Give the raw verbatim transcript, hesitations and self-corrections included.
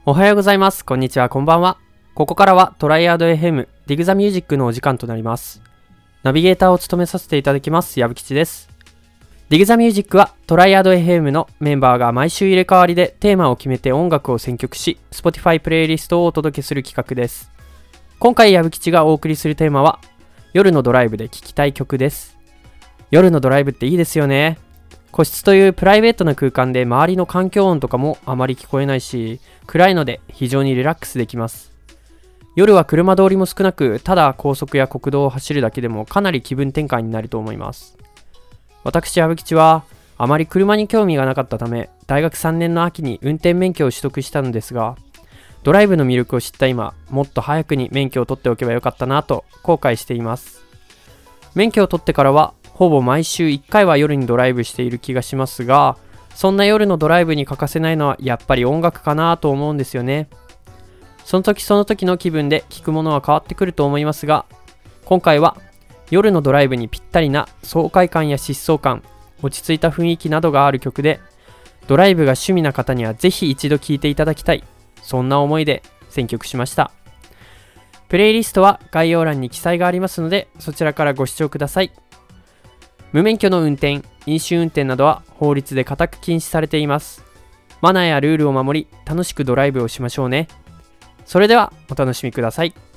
おはようございます。こんにちは、こんばんは。ここからはトライアード エフエム ディグザミュージックのお時間となります。ナビゲーターを務めさせていただきます、矢吹吉です。ディグザミュージックはトライアード エフエム のメンバーが毎週入れ替わりでテーマを決めて音楽を選曲し、Spotify プレイリストをお届けする企画です。今回矢吹吉がお送りするテーマは、夜のドライブで聴きたい曲です。夜のドライブっていいですよね。個室というプライベートな空間で周りの環境音とかもあまり聞こえないし、暗いので非常にリラックスできます。夜は車通りも少なく、ただ高速や国道を走るだけでもかなり気分転換になると思います。私、矢吹吉はあまり車に興味がなかったため、大学さんねんの秋に運転免許を取得したのですが、ドライブの魅力を知った今、もっと早くに免許を取っておけばよかったなと後悔しています。免許を取ってからはほぼ毎週いっかいは夜にドライブしている気がしますが、そんな夜のドライブに欠かせないのはやっぱり音楽かなと思うんですよね。その時その時の気分で聴くものは変わってくると思いますが、今回は夜のドライブにぴったりな爽快感や疾走感、落ち着いた雰囲気などがある曲で、ドライブが趣味な方にはぜひ一度聴いていただきたい、そんな思いで選曲しました。プレイリストは概要欄に記載がありますので、そちらからご視聴ください。無免許の運転、飲酒運転などは法律で固く禁止されています。マナーやルールを守り、楽しくドライブをしましょうね。それではお楽しみください。